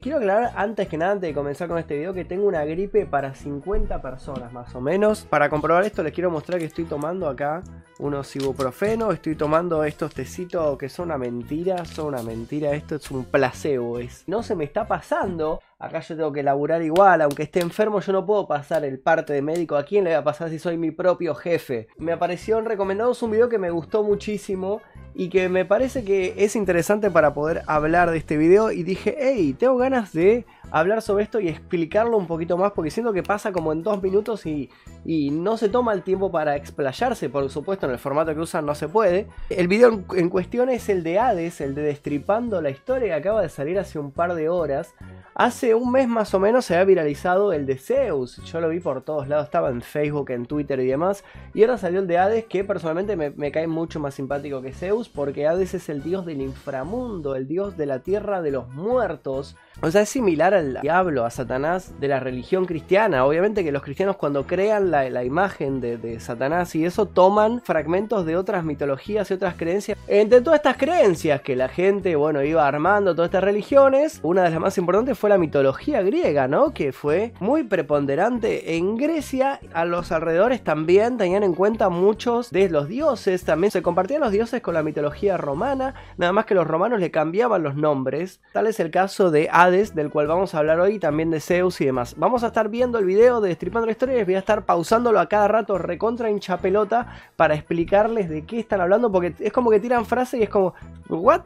Quiero aclarar antes que nada, antes de comenzar con este video, que tengo una gripe para 50 personas más o menos. Para comprobar esto les quiero mostrar que estoy tomando acá unos ibuprofeno, estoy tomando estos tecitos que son una mentira, esto es un placebo, no se me está pasando. Acá yo tengo que laburar igual, aunque esté enfermo yo no puedo pasar el parte de médico. ¿A quién le va a pasar si soy mi propio jefe? Me apareció en recomendados un video que me gustó muchísimo y que me parece que es interesante para poder hablar de este video, y dije, hey, tengo ganas de hablar sobre esto y explicarlo un poquito más, porque siento que pasa como en 2 minutos y no se toma el tiempo para explayarse. Por supuesto en el formato que usan no se puede. El video en cuestión es el de Hades, el de Destripando la Historia, que acaba de salir hace un par de horas. Hace un mes más o menos se había viralizado el de Zeus, yo lo vi por todos lados, estaba en Facebook, en Twitter y demás. Y ahora salió el de Hades, que personalmente me cae mucho más simpático que Zeus, porque Hades es el dios del inframundo, el dios de la tierra de los muertos. O sea, es similar al diablo, a Satanás de la religión cristiana. Obviamente que los cristianos, cuando crean la imagen de Satanás y eso, toman fragmentos de otras mitologías y otras creencias. Entre todas estas creencias que la gente, bueno, iba armando todas estas religiones, una de las más importantes fue la mitología griega, ¿no? Que fue muy preponderante en Grecia. A los alrededores también tenían en cuenta muchos de los dioses. También se compartían los dioses con la mitología romana, nada más que los romanos le cambiaban los nombres. Tal es el caso de Hades, del cual vamos a hablar hoy, también de Zeus y demás. Vamos a estar viendo el video de Destripando la Historia y les voy a estar pausándolo a cada rato recontra hincha pelota para explicarles de qué están hablando, porque es como que tiran frases y es como what?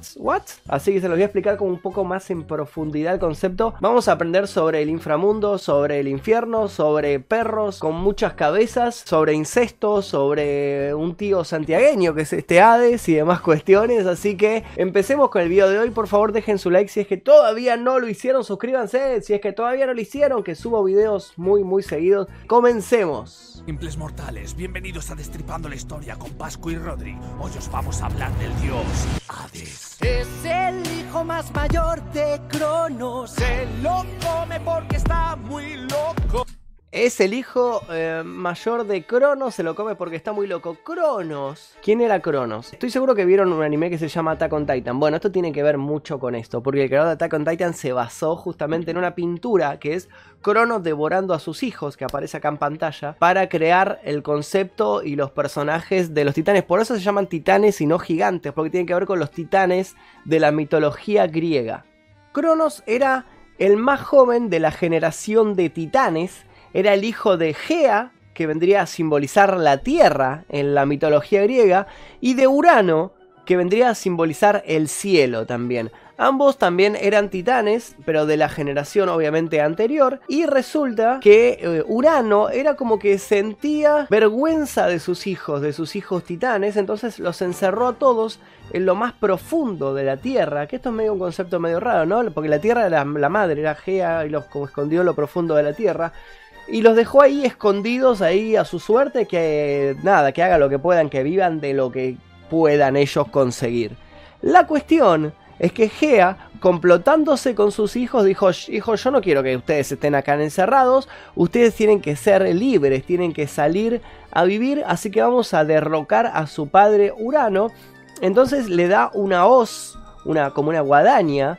Así que se los voy a explicar como un poco más en profundidad el concepto. Vamos a aprender sobre el inframundo, sobre el infierno, sobre perros con muchas cabezas, sobre incesto, sobre un tío santiagueño que es este Hades y demás cuestiones. Así que empecemos con el video de hoy. Por favor dejen su like si es que todavía no lo hicieron, suscríbanse si es que todavía no lo hicieron, que subo videos muy seguidos. Comencemos. Simples mortales, bienvenidos a Destripando la Historia con Pascu y Rodri. Hoy os vamos a hablar del dios Hades. Es el hijo más mayor de Cronos. Se lo come porque está muy loco. Es el hijo mayor de Cronos, se lo come porque está muy loco. Cronos. ¿Quién era Cronos? Estoy seguro que vieron un anime que se llama Attack on Titan. Bueno, esto tiene que ver mucho con esto, porque el creador de Attack on Titan se basó justamente en una pintura que es Cronos devorando a sus hijos, que aparece acá en pantalla, para crear el concepto y los personajes de los titanes. Por eso se llaman titanes y no gigantes, porque tienen que ver con los titanes de la mitología griega. Cronos era el más joven de la generación de titanes. Era el hijo de Gea, que vendría a simbolizar la tierra en la mitología griega, y de Urano, que vendría a simbolizar el cielo también. Ambos también eran titanes, pero de la generación obviamente anterior, y resulta que Urano era como que sentía vergüenza de sus hijos titanes, entonces los encerró a todos en lo más profundo de la tierra, que esto es medio un concepto medio raro, ¿no? Porque la tierra era la madre, era Gea, y los como escondió en lo profundo de la tierra. Y los dejó ahí escondidos, ahí a su suerte, que nada, que hagan lo que puedan, que vivan de lo que puedan ellos conseguir. La cuestión es que Gea, complotándose con sus hijos, dijo, hijos, yo no quiero que ustedes estén acá encerrados, ustedes tienen que ser libres, tienen que salir a vivir, así que vamos a derrocar a su padre Urano. Entonces le da una hoz, como una guadaña,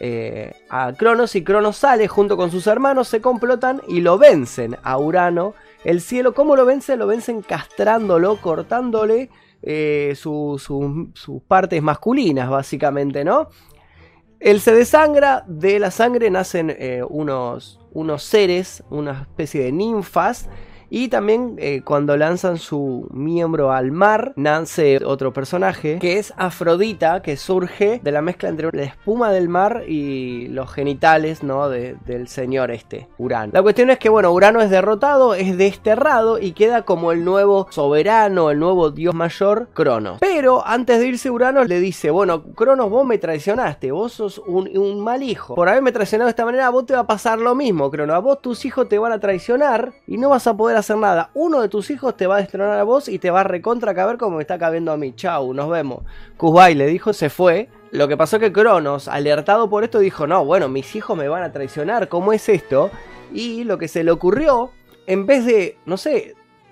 a Cronos, y Cronos sale junto con sus hermanos, se complotan y lo vencen a Urano, el cielo. ¿Cómo lo vencen? Lo vencen castrándolo, cortándole sus partes masculinas, básicamente, ¿no? Él se desangra, de la sangre nacen unos seres, una especie de ninfas. Y también cuando lanzan su miembro al mar, nace otro personaje, que es Afrodita, que surge de la mezcla entre la espuma del mar y los genitales, ¿no? del señor Urano. La cuestión es que, bueno, Urano es derrotado, es desterrado y queda como el nuevo soberano, el nuevo dios mayor, Cronos. Pero antes de irse, Urano le dice, bueno, Cronos, vos me traicionaste, vos sos un mal hijo. Por haberme traicionado de esta manera, a vos te va a pasar lo mismo, Cronos. A vos tus hijos te van a traicionar y no vas a poder hacer nada. Uno de tus hijos te va a destronar a vos y te va a recontra caber como me está cabiendo a mí. Chau, nos vemos. Kublai le dijo, se fue. Lo que pasó que Cronos, alertado por esto, dijo, no, bueno, mis hijos me van a traicionar, ¿cómo es esto? Y lo que se le ocurrió, en vez de, no sé,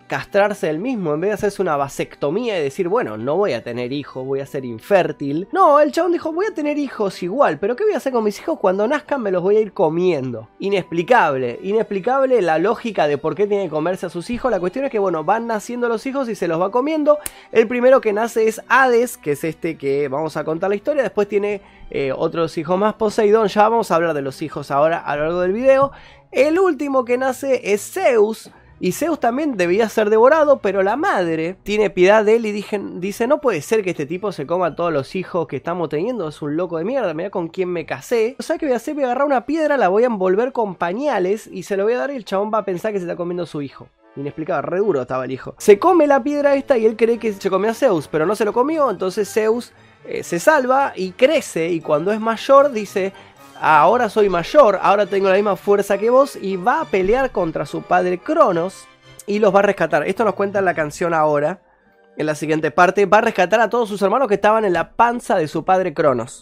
castrarse él mismo, en vez de hacerse una vasectomía y decir, bueno, no voy a tener hijos, voy a ser infértil. No, el chabón dijo, voy a tener hijos igual, pero ¿qué voy a hacer con mis hijos? Cuando nazcan me los voy a ir comiendo. Inexplicable, inexplicable la lógica de por qué tiene que comerse a sus hijos. La cuestión es que, bueno, van naciendo los hijos y se los va comiendo. El primero que nace es Hades, que es este que vamos a contar la historia. Después tiene otros hijos más, Poseidón. Ya vamos a hablar de los hijos ahora a lo largo del video. El último que nace es Zeus. Y Zeus también debía ser devorado, pero la madre tiene piedad de él y dice, no puede ser que este tipo se coma a todos los hijos que estamos teniendo, es un loco de mierda, mirá con quién me casé. ¿Sabes qué voy a hacer? Voy a agarrar una piedra, la voy a envolver con pañales y se lo voy a dar y el chabón va a pensar que se está comiendo a su hijo. Inexplicable, re duro estaba el hijo. Se come la piedra esta y él cree que se comió a Zeus, pero no se lo comió, entonces Zeus se salva y crece y cuando es mayor dice... Ahora soy mayor, ahora tengo la misma fuerza que vos y va a pelear contra su padre Cronos y los va a rescatar. Esto nos cuenta en la canción ahora, en la siguiente parte. Va a rescatar a todos sus hermanos que estaban en la panza de su padre Cronos.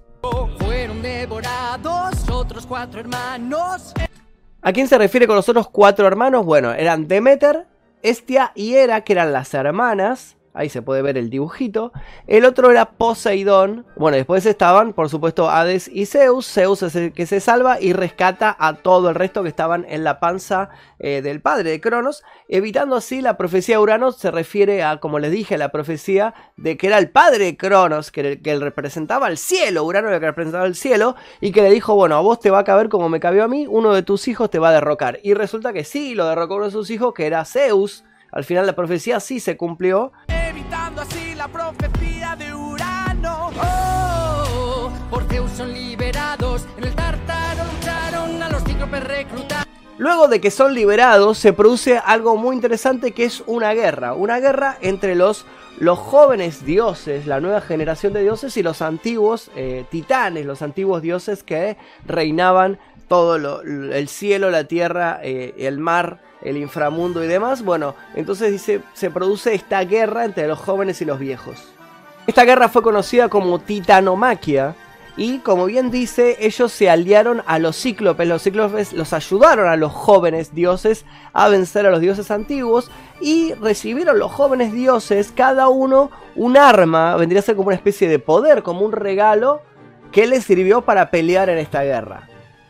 Fueron devorados otros 4 hermanos. ¿A quién se refiere con los otros 4 hermanos? Bueno, eran Demeter, Hestia y Hera, que eran las hermanas. Ahí se puede ver el dibujito. El otro era Poseidón. Bueno, después estaban, por supuesto, Hades y Zeus. Zeus es el que se salva y rescata a todo el resto que estaban en la panza del padre de Cronos. Evitando así la profecía de Urano. Se refiere a, como les dije, a la profecía de que era el padre de Cronos, que él representaba el cielo. Urano era el que representaba el cielo. Y que le dijo, bueno, a vos te va a caber como me cabió a mí. Uno de tus hijos te va a derrocar. Y resulta que sí, lo derrocó uno de sus hijos, que era Zeus. Al final la profecía sí se cumplió. Evitando así la profecía de Urano. Oh, por Zeus son liberados. En el Tártaro lucharon a los cíclopes reclutados. Luego de que son liberados, se produce algo muy interesante que es una guerra. Una guerra entre los jóvenes dioses, la nueva generación de dioses y los antiguos titanes, los antiguos dioses que reinaban todo el cielo, la tierra, el mar, el inframundo y demás. Bueno, entonces dice, se produce esta guerra entre los jóvenes y los viejos. Esta guerra fue conocida como Titanomaquia y, como bien dice, ellos se aliaron a los cíclopes. Los cíclopes los ayudaron a los jóvenes dioses a vencer a los dioses antiguos y recibieron los jóvenes dioses cada uno un arma, vendría a ser como una especie de poder, como un regalo que les sirvió para pelear en esta guerra.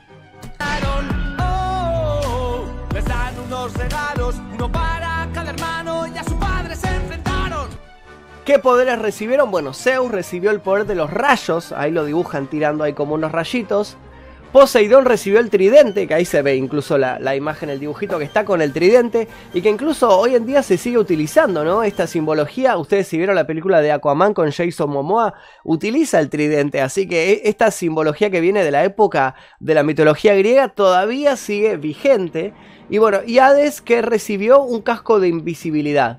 Les dan unos regalos, uno para cada hermano y a su padre se enfrentaron. ¿Qué poderes recibieron? Bueno, Zeus recibió el poder de los rayos, ahí lo dibujan tirando ahí como unos rayitos. Poseidón recibió el tridente, que ahí se ve incluso la imagen, el dibujito que está con el tridente, y que incluso hoy en día se sigue utilizando, ¿no? Esta simbología, ustedes si vieron la película de Aquaman con Jason Momoa, utiliza el tridente, así que esta simbología que viene de la época de la mitología griega todavía sigue vigente. Y bueno, y Hades, que recibió un casco de invisibilidad.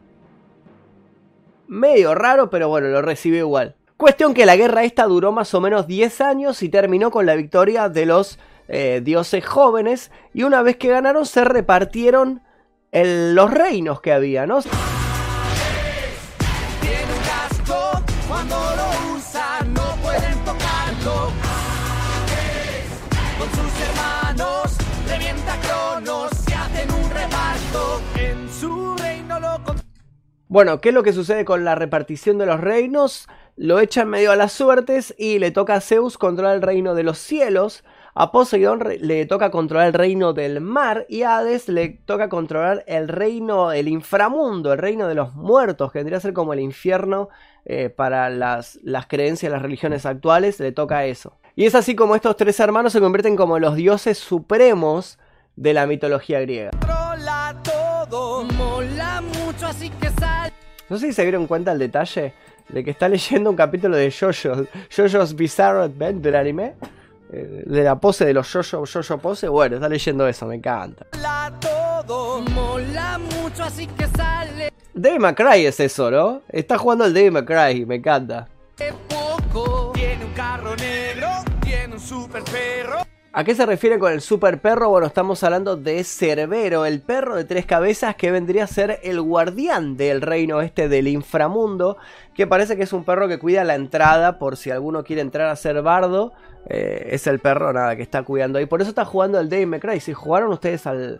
Medio raro, pero bueno, lo recibió igual. Cuestión que la guerra esta duró más o menos 10 años y terminó con la victoria de los dioses jóvenes. Y una vez que ganaron se repartieron los reinos que había, ¿no? Tiene un casco, cuando lo usan no pueden tocarlo. Con sus hermanos revienta Cronos, se hacen un reparto. En su reino lo Bueno, ¿qué es lo que sucede con la repartición de los reinos? Lo echan medio a las suertes y le toca a Zeus controlar el reino de los cielos. A Poseidón le toca controlar el reino del mar y a Hades le toca controlar el reino, el inframundo, el reino de los muertos, que vendría a ser como el infierno para las creencias, las religiones actuales, le toca eso. Y es así como estos 3 hermanos se convierten como los dioses supremos de la mitología griega. controla todo. Mola mucho, así que sal. No sé si se dieron cuenta el detalle de que está leyendo un capítulo de JoJo's Bizarre Adventure del anime. De la pose de los JoJo pose. Bueno, está leyendo eso, me encanta. Todo. Mola mucho, así que sale Devil May Cry es eso, ¿no? Está jugando el Devil May Cry, me encanta. poco. Tiene un carro negro, tiene un super perro. ¿A qué se refiere con el super perro? Bueno, estamos hablando de Cerbero, el perro de 3 cabezas que vendría a ser el guardián del reino este del inframundo, que parece que es un perro que cuida la entrada por si alguno quiere entrar a ser bardo. Es el perro, nada, que está cuidando ahí. Por eso está jugando el Devil May Cry. Si jugaron ustedes al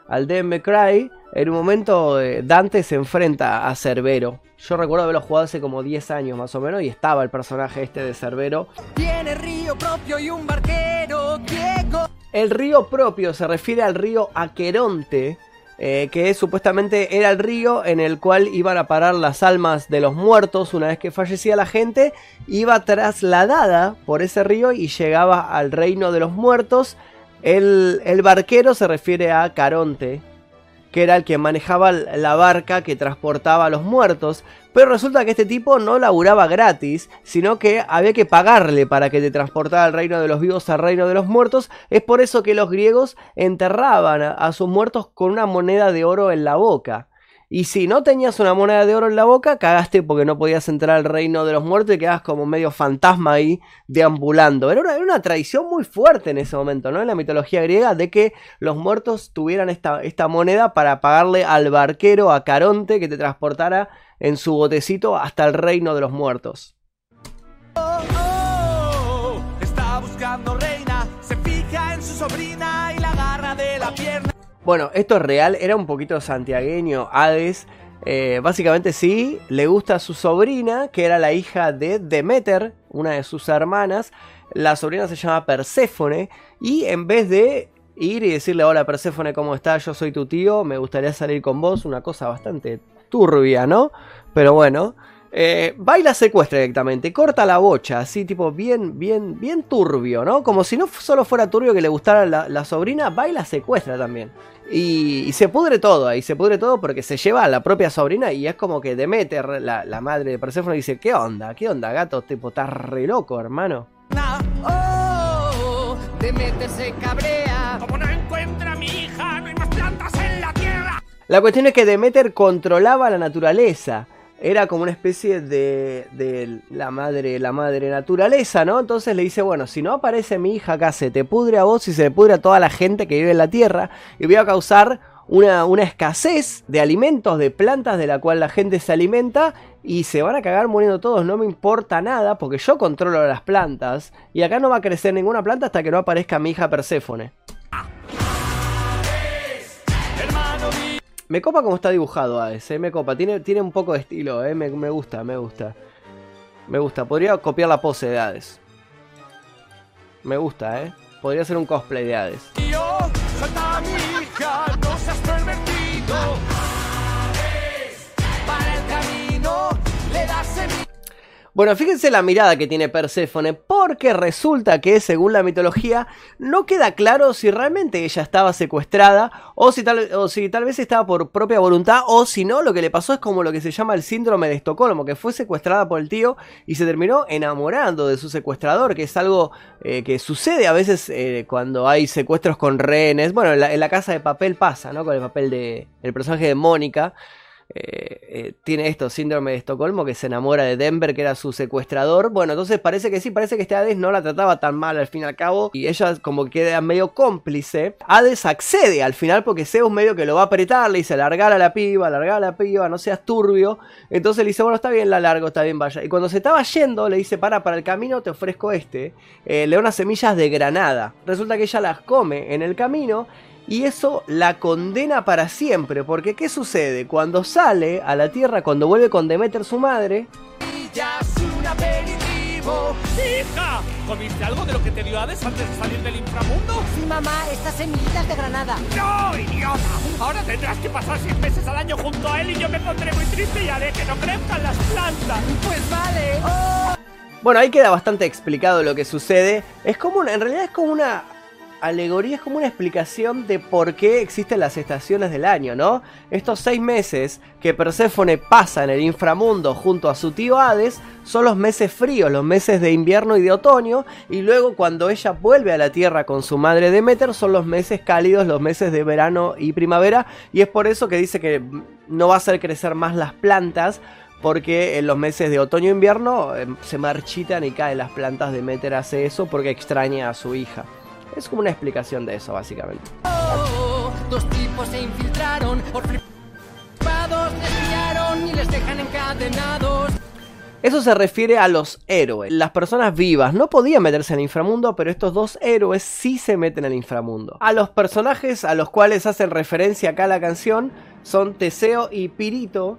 al Devil Cry, en un momento Dante se enfrenta a Cerbero. Yo recuerdo haberlo jugado hace como 10 años más o menos y estaba el personaje este de Cerbero. Tiene río propio y un barquero griego. El río propio se refiere al río Aqueronte, que supuestamente era el río en el cual iban a parar las almas de los muertos. Una vez que fallecía la gente, iba trasladada por ese río y llegaba al reino de los muertos. El barquero se refiere a Caronte, que era el que manejaba la barca que transportaba a los muertos. Pero resulta que este tipo no laburaba gratis, sino que había que pagarle para que te transportara al reino de los vivos al reino de los muertos. Es por eso que los griegos enterraban a sus muertos con una moneda de oro en la boca. Y si no tenías una moneda de oro en la boca, cagaste porque no podías entrar al reino de los muertos y quedabas como medio fantasma ahí deambulando. Era una tradición muy fuerte en ese momento, ¿no? En la mitología griega, de que los muertos tuvieran esta moneda para pagarle al barquero, a Caronte, que te transportara en su botecito hasta el reino de los muertos. Está buscando reina, se fija en su sobrina y la agarra de la pierna. Bueno, esto es real, era un poquito santiagueño Hades. Básicamente sí, le gusta a su sobrina, que era la hija de Demeter, una de sus hermanas. La sobrina se llama Perséfone, y en vez de ir y decirle: hola Perséfone, ¿cómo estás? Yo soy tu tío, me gustaría salir con vos. Una cosa bastante turbia, ¿no? Pero bueno, va y la secuestra directamente, corta la bocha, así tipo bien turbio, ¿no? Como si no solo fuera turbio que le gustara la sobrina, va y la secuestra también. Y se pudre todo ahí, se pudre todo porque se lleva a la propia sobrina y es como que Demeter, la madre de Perséfone, dice: ¿Qué onda, gato? Tipo, estás re loco, hermano. Oh, Demeter se cabrea. Como no encuentra a mi hija, no hay más plantas en la tierra. La cuestión es que Demeter controlaba la naturaleza. Era como una especie de la madre naturaleza, ¿no? Entonces le dice: bueno, si no aparece mi hija acá, se te pudre a vos y se le pudre a toda la gente que vive en la tierra. Y voy a causar una escasez de alimentos, de plantas de la cual la gente se alimenta. Y se van a cagar muriendo todos, no me importa nada porque yo controlo las plantas. Y acá no va a crecer ninguna planta hasta que no aparezca mi hija Perséfone. Me copa como está dibujado Hades, me copa, tiene un poco de estilo, me gusta. Me gusta, podría copiar la pose de Hades. Me gusta, podría ser un cosplay de Hades. Yo, suelta mi hija, no seas pervertido. Para el camino, le das semillas. Bueno, fíjense la mirada que tiene Perséfone, porque resulta que, según la mitología, no queda claro si realmente ella estaba secuestrada, o si tal vez estaba por propia voluntad, o si no, lo que le pasó es como lo que se llama el síndrome de Estocolmo, que fue secuestrada por el tío y se terminó enamorando de su secuestrador, que es algo que sucede a veces cuando hay secuestros con rehenes. Bueno, en la Casa de Papel pasa, ¿no? Con el papel del personaje de Mónica. Tiene esto, síndrome de Estocolmo, que se enamora de Denver, que era su secuestrador. Bueno, entonces parece que sí, parece que este Hades no la trataba tan mal al fin y al cabo, y ella como que queda medio cómplice. Hades accede al final porque Zeus medio que lo va a apretar, le dice: largar a la piba, no seas turbio. Entonces le dice: bueno, está bien, la largo, está bien, vaya. Y cuando se estaba yendo le dice: para el camino te ofrezco le da unas semillas de granada. Resulta que ella las come en el camino y eso la condena para siempre, porque ¿qué sucede? Cuando sale a la tierra, cuando vuelve con Demeter su madre... Ya es un aperitivo. ¡Hija! ¿Comiste algo de lo que te dio Hades antes de salir del inframundo? Sí, mamá, estas semillitas de granada. ¡No, idiota! Ahora tendrás que pasar 6 meses al año junto a él y yo me pondré muy triste y haré que no crezcan las plantas. Pues vale. Oh. Bueno, ahí queda bastante explicado lo que sucede. En realidad es como una alegoría, es como una explicación de por qué existen las estaciones del año, ¿no? Estos 6 meses que Perséfone pasa en el inframundo junto a su tío Hades son los meses fríos, los meses de invierno y de otoño, y luego cuando ella vuelve a la tierra con su madre Demeter son los meses cálidos, los meses de verano y primavera, y es por eso que dice que no va a hacer crecer más las plantas, porque en los meses de otoño e invierno se marchitan y caen las plantas. Demeter hace eso porque extraña a su hija. Es como una explicación de eso, básicamente. Oh, 2 tipos se infiltraron, por flipados les pillaron y les dejan encadenados. Eso se refiere a los héroes. Las personas vivas no podían meterse en el inframundo, pero estos dos héroes sí se meten en el inframundo. A los personajes a los cuales hacen referencia acá la canción son Teseo y Pirito,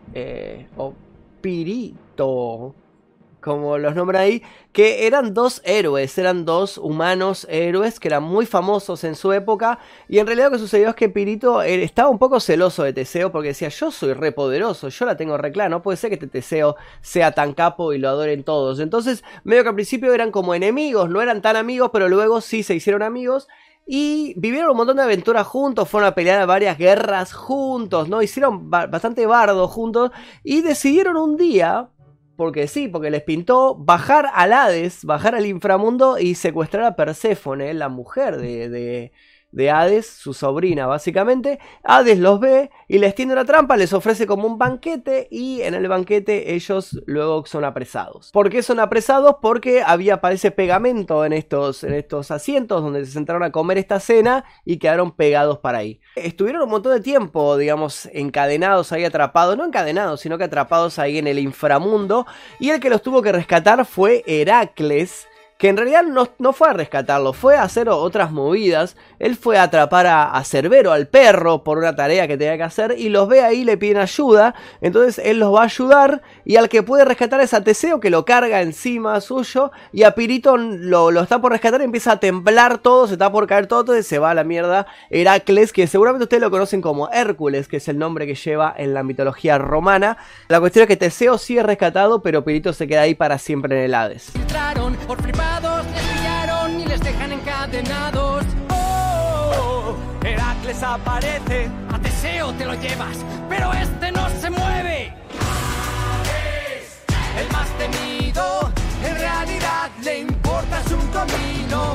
o Pirito, como los nombra ahí, que eran dos héroes, eran dos humanos héroes que eran muy famosos en su época, y en realidad lo que sucedió es que Pirito estaba un poco celoso de Teseo porque decía, yo soy re poderoso, yo la tengo re clara, no puede ser que este Teseo sea tan capo y lo adoren todos. Entonces medio que al principio eran como enemigos, no eran tan amigos, pero luego sí se hicieron amigos y vivieron un montón de aventuras juntos, fueron a pelear varias guerras juntos, ¿no? Hicieron bastante bardo juntos y decidieron un día, porque sí, porque les pintó, bajar al Hades, bajar al inframundo y secuestrar a Perséfone, la mujer de Hades, su sobrina básicamente. Hades los ve y les tiende una trampa, les ofrece como un banquete y en el banquete ellos luego son apresados. ¿Por qué son apresados? Porque parece pegamento en estos asientos donde se sentaron a comer esta cena y quedaron pegados para ahí. Estuvieron un montón de tiempo, digamos, encadenados ahí, atrapados, no encadenados, sino que atrapados ahí en el inframundo, y el que los tuvo que rescatar fue Heracles, que en realidad no fue a rescatarlo, fue a hacer otras movidas. Él fue a atrapar a Cerbero, al perro, por una tarea que tenía que hacer, y los ve ahí, le piden ayuda, entonces él los va a ayudar, y al que puede rescatar es a Teseo, que lo carga encima suyo, y a Pirito lo está por rescatar, y empieza a temblar todo, se está por caer todo, entonces se va a la mierda Heracles, que seguramente ustedes lo conocen como Hércules, que es el nombre que lleva en la mitología romana. La cuestión es que Teseo sí es rescatado, pero Pirito se queda ahí para siempre en el Hades. Filtraron por flipados, les pillaron y les dejan encadenados. Oh, Heracles aparece. a Teseo te lo llevas, pero este no se mueve. Es el más temido. En realidad le importa su camino.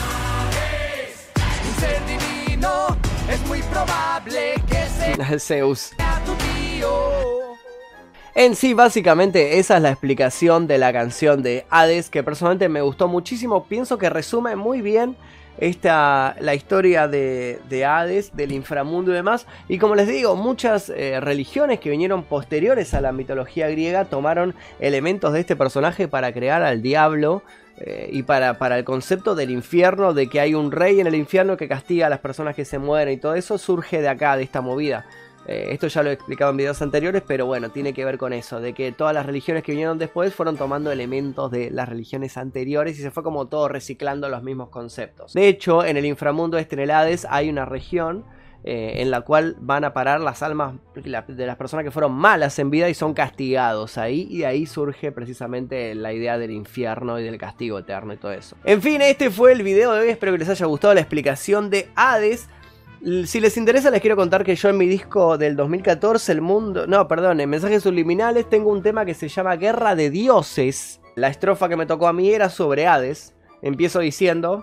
Es un ser divino. Es muy probable que Zeus. sea tu tío. En sí, básicamente, esa es la explicación de la canción de Hades, que personalmente me gustó muchísimo. Pienso que resume muy bien la historia de Hades, del inframundo y demás. Y como les digo, muchas religiones que vinieron posteriores a la mitología griega tomaron elementos de este personaje para crear al diablo. Y para el concepto del infierno, de que hay un rey en el infierno que castiga a las personas que se mueren, y todo eso surge de acá, de esta movida. Esto ya lo he explicado en videos anteriores, pero bueno, tiene que ver con eso, de que todas las religiones que vinieron después fueron tomando elementos de las religiones anteriores y se fue como todo reciclando los mismos conceptos. De hecho, en el inframundo en el Hades hay una región en la cual van a parar las almas de las personas que fueron malas en vida y son castigados ahí, y de ahí surge precisamente la idea del infierno y del castigo eterno y todo eso. En fin, este fue el video de hoy, espero que les haya gustado la explicación de Hades. Si les interesa, les quiero contar que yo en mi disco del 2014, en Mensajes Subliminales, tengo un tema que se llama Guerra de Dioses. La estrofa que me tocó a mí era sobre Hades. Empiezo diciendo: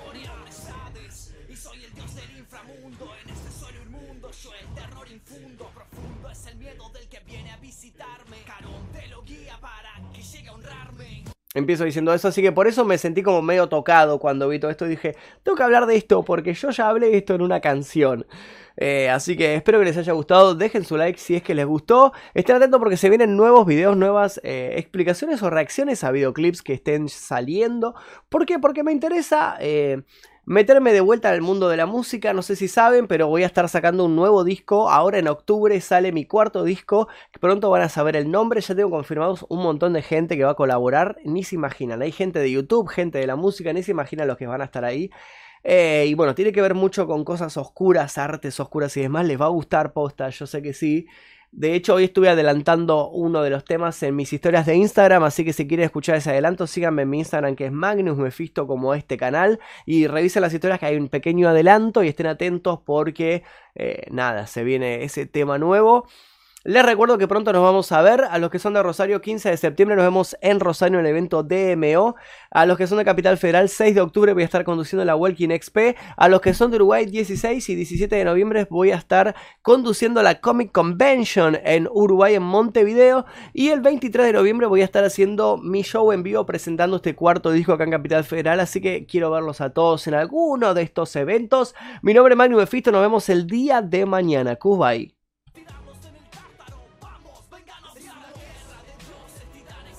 Empiezo diciendo eso, así que por eso me sentí como medio tocado cuando vi todo esto y dije, tengo que hablar de esto porque yo ya hablé de esto en una canción. Así que espero que les haya gustado, dejen su like si es que les gustó, estén atentos porque se vienen nuevos videos, nuevas explicaciones o reacciones a videoclips que estén saliendo. ¿Por qué? Porque me interesa meterme de vuelta al mundo de la música. No sé si saben, pero voy a estar sacando un nuevo disco. Ahora en octubre sale mi cuarto disco, que pronto van a saber el nombre. Ya tengo confirmados un montón de gente que va a colaborar, ni se imaginan. Hay gente de YouTube, gente de la música, ni se imaginan los que van a estar ahí. Y bueno, tiene que ver mucho con cosas oscuras, artes oscuras y demás. Les va a gustar, posta, yo sé que sí. De hecho, hoy estuve adelantando uno de los temas en mis historias de Instagram, así que si quieren escuchar ese adelanto, síganme en mi Instagram, que es Magnus Mephisto, como este canal, y revisen las historias, que hay un pequeño adelanto, y estén atentos porque, nada, se viene ese tema nuevo. Les recuerdo que pronto nos vamos a ver. A los que son de Rosario, 15 de septiembre nos vemos en Rosario en el evento DMO. A los que son de Capital Federal, 6 de octubre voy a estar conduciendo la Walking XP. A los que son de Uruguay, 16 y 17 de noviembre voy a estar conduciendo la Comic Convention en Uruguay, en Montevideo. Y el 23 de noviembre voy a estar haciendo mi show en vivo presentando este cuarto disco acá en Capital Federal. Así que quiero verlos a todos en alguno de estos eventos. Mi nombre es Magnus Mephisto, nos vemos el día de mañana. Bye.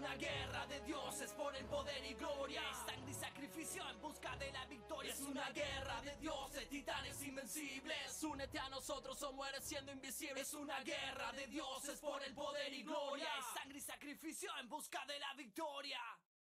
una guerra de dioses por el poder y gloria. Es sangre y sacrificio en busca de la victoria. Es una guerra de dioses, titanes invencibles. Únete a nosotros o mueres siendo invisible. Es una guerra de dioses por el poder y gloria. Es sangre y sacrificio en busca de la victoria.